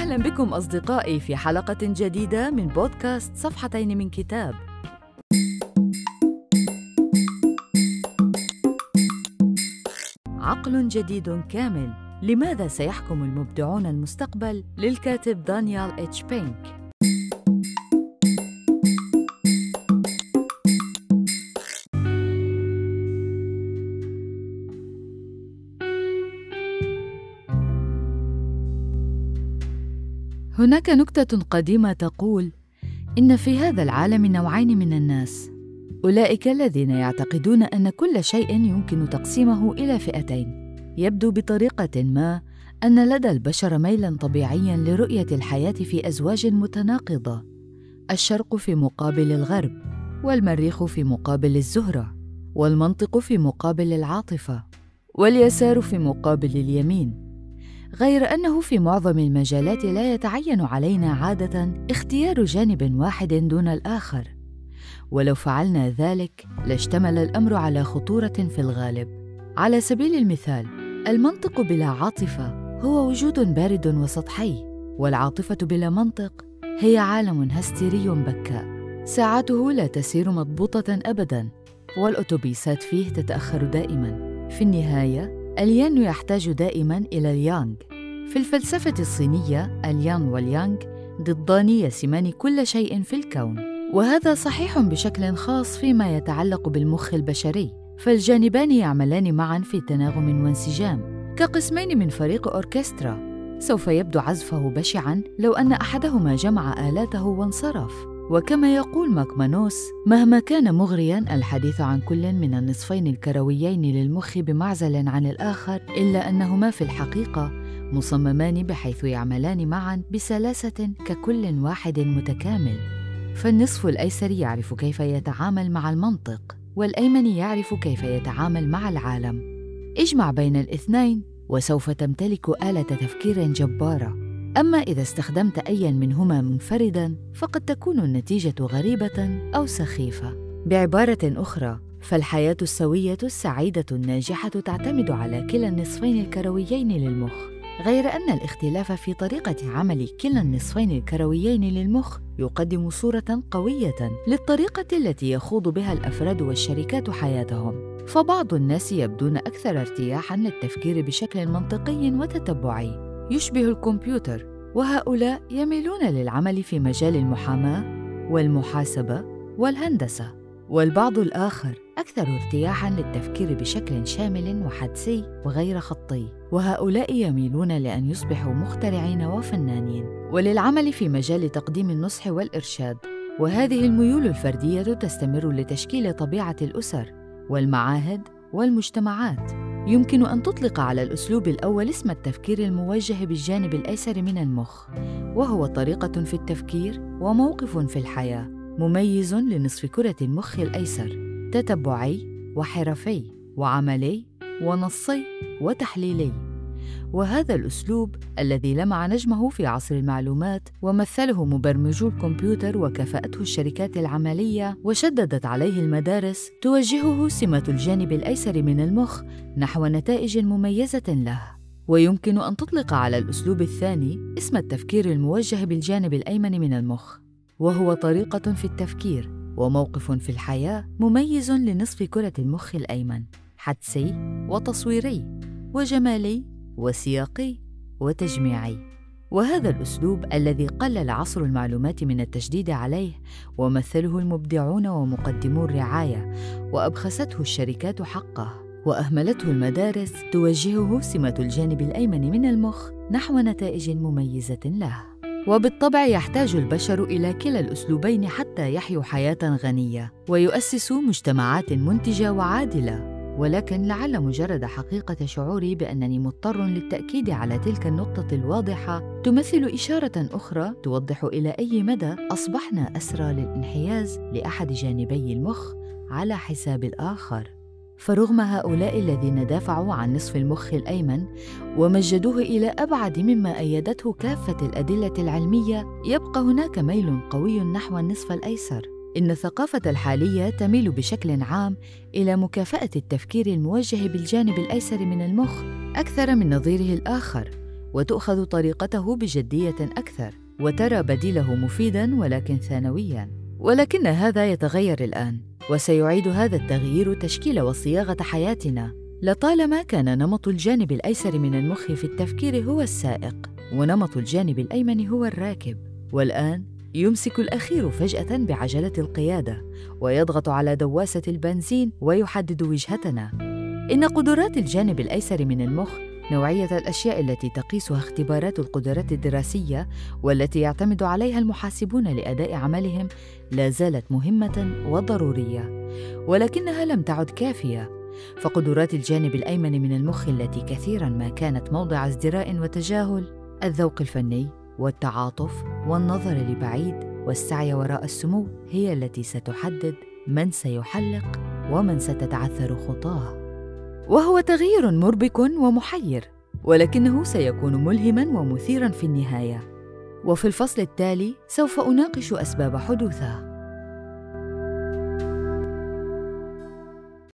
أهلاً بكم أصدقائي في حلقة جديدة من بودكاست صفحتين من كتاب. عقل جديد كامل، لماذا سيحكم المبدعون المستقبل؟ للكاتب دانيال إتش بينك. هناك نكتة قديمة تقول: إن في هذا العالم نوعين من الناس، أولئك الذين يعتقدون أن كل شيء يمكن تقسيمه إلى فئتين. يبدو بطريقة ما أن لدى البشر ميلاً طبيعياً لرؤية الحياة في أزواج متناقضة، الشرق في مقابل الغرب، والمريخ في مقابل الزهرة، والمنطق في مقابل العاطفة، واليسار في مقابل اليمين. غير أنه في معظم المجالات لا يتعين علينا عادة اختيار جانب واحد دون الآخر، ولو فعلنا ذلك لاشتمل الأمر على خطورة في الغالب. على سبيل المثال، المنطق بلا عاطفة هو وجود بارد وسطحي، والعاطفة بلا منطق هي عالم هستيري بكاء، ساعاته لا تسير مضبوطة أبداً، والأتوبيسات فيه تتأخر دائماً. في النهاية، الين يحتاج دائماً إلى اليانغ. في الفلسفة الصينية، اليان واليانغ ضدان يسمان كل شيء في الكون، وهذا صحيح بشكل خاص فيما يتعلق بالمخ البشري، فالجانبان يعملان معاً في تناغم وانسجام كقسمين من فريق أوركسترا. سوف يبدو عزفه بشعاً لو أن أحدهما جمع آلاته وانصرف. وكما يقول ماكمانوس: مهما كان مغرياً الحديث عن كل من النصفين الكرويين للمخ بمعزل عن الآخر، إلا أنهما في الحقيقة مصممان بحيث يعملان معاً بسلاسة ككل واحد متكامل. فالنصف الأيسر يعرف كيف يتعامل مع المنطق، والأيمن يعرف كيف يتعامل مع العالم. اجمع بين الاثنين وسوف تمتلك آلة تفكير جبارة. أما إذا استخدمت أياً منهما منفرداً فقد تكون النتيجة غريبة أو سخيفة. بعبارة أخرى، فالحياة السوية السعيدة الناجحة تعتمد على كلا النصفين الكرويين للمخ، غير أن الاختلاف في طريقة عمل كلا النصفين الكرويين للمخ يقدم صورة قوية للطريقة التي يخوض بها الأفراد والشركات حياتهم. فبعض الناس يبدون أكثر ارتياحاً للتفكير بشكل منطقي وتتبعي يشبه الكمبيوتر، وهؤلاء يميلون للعمل في مجال المحاماة والمحاسبة والهندسة. والبعض الآخر أكثر ارتياحاً للتفكير بشكل شامل وحدسي وغير خطي، وهؤلاء يميلون لأن يصبحوا مخترعين وفنانين وللعمل في مجال تقديم النصح والإرشاد. وهذه الميول الفردية تستمر لتشكيل طبيعة الأسر والمعاهد والمجتمعات. يمكن أن تطلق على الأسلوب الأول اسم التفكير الموجه بالجانب الأيسر من المخ، وهو طريقة في التفكير وموقف في الحياة مميز لنصف كرة المخ الأيسر، تتبعي وحرفي وعملي ونصي وتحليلي. وهذا الأسلوب الذي لمع نجمه في عصر المعلومات ومثله مبرمجو الكمبيوتر وكافأته الشركات العملية وشددت عليه المدارس، توجهه سمة الجانب الأيسر من المخ نحو نتائج مميزة له. ويمكن أن تطلق على الأسلوب الثاني اسم التفكير الموجه بالجانب الأيمن من المخ، وهو طريقة في التفكير وموقف في الحياة مميز لنصف كرة المخ الأيمن، حدسي وتصويري وجمالي وسياقي وتجميعي. وهذا الأسلوب الذي قلل عصر المعلومات من التشديد عليه ومثله المبدعون ومقدمو الرعاية، وأبخسته الشركات حقه وأهملته المدارس، توجهه سمة الجانب الأيمن من المخ نحو نتائج مميزة له. وبالطبع يحتاج البشر إلى كلا الأسلوبين حتى يحيوا حياة غنية ويؤسسوا مجتمعات منتجة وعادلة. ولكن لعل مجرد حقيقة شعوري بأنني مضطر للتأكيد على تلك النقطة الواضحة تمثل إشارة أخرى توضح إلى أي مدى أصبحنا أسرى للانحياز لأحد جانبي المخ على حساب الآخر. فرغم هؤلاء الذين دافعوا عن نصف المخ الأيمن ومجدوه إلى أبعد مما أيدته كافة الأدلة العلمية، يبقى هناك ميل قوي نحو النصف الأيسر. إن الثقافة الحالية تميل بشكل عام إلى مكافأة التفكير الموجه بالجانب الأيسر من المخ أكثر من نظيره الآخر، وتؤخذ طريقته بجدية أكثر، وترى بديله مفيداً ولكن ثانوياً. ولكن هذا يتغير الآن، وسيعيد هذا التغيير تشكيل وصياغة حياتنا. لطالما كان نمط الجانب الأيسر من المخ في التفكير هو السائق، ونمط الجانب الأيمن هو الراكب، والآن يمسك الأخير فجأة بعجلة القيادة، ويضغط على دواسة البنزين ويحدد وجهتنا. إن قدرات الجانب الأيسر من المخ، نوعية الأشياء التي تقيسها اختبارات القدرات الدراسية والتي يعتمد عليها المحاسبون لأداء عملهم، لا زالت مهمة وضرورية، ولكنها لم تعد كافية. فقدرات الجانب الأيمن من المخ التي كثيراً ما كانت موضع ازدراء وتجاهل، الذوق الفني والتعاطف والنظر لبعيد والسعي وراء السمو، هي التي ستحدد من سيحلق ومن ستتعثر خطاه. وهو تغيير مربك ومحير، ولكنه سيكون ملهماً ومثيراً في النهاية. وفي الفصل التالي سوف أناقش أسباب حدوثه.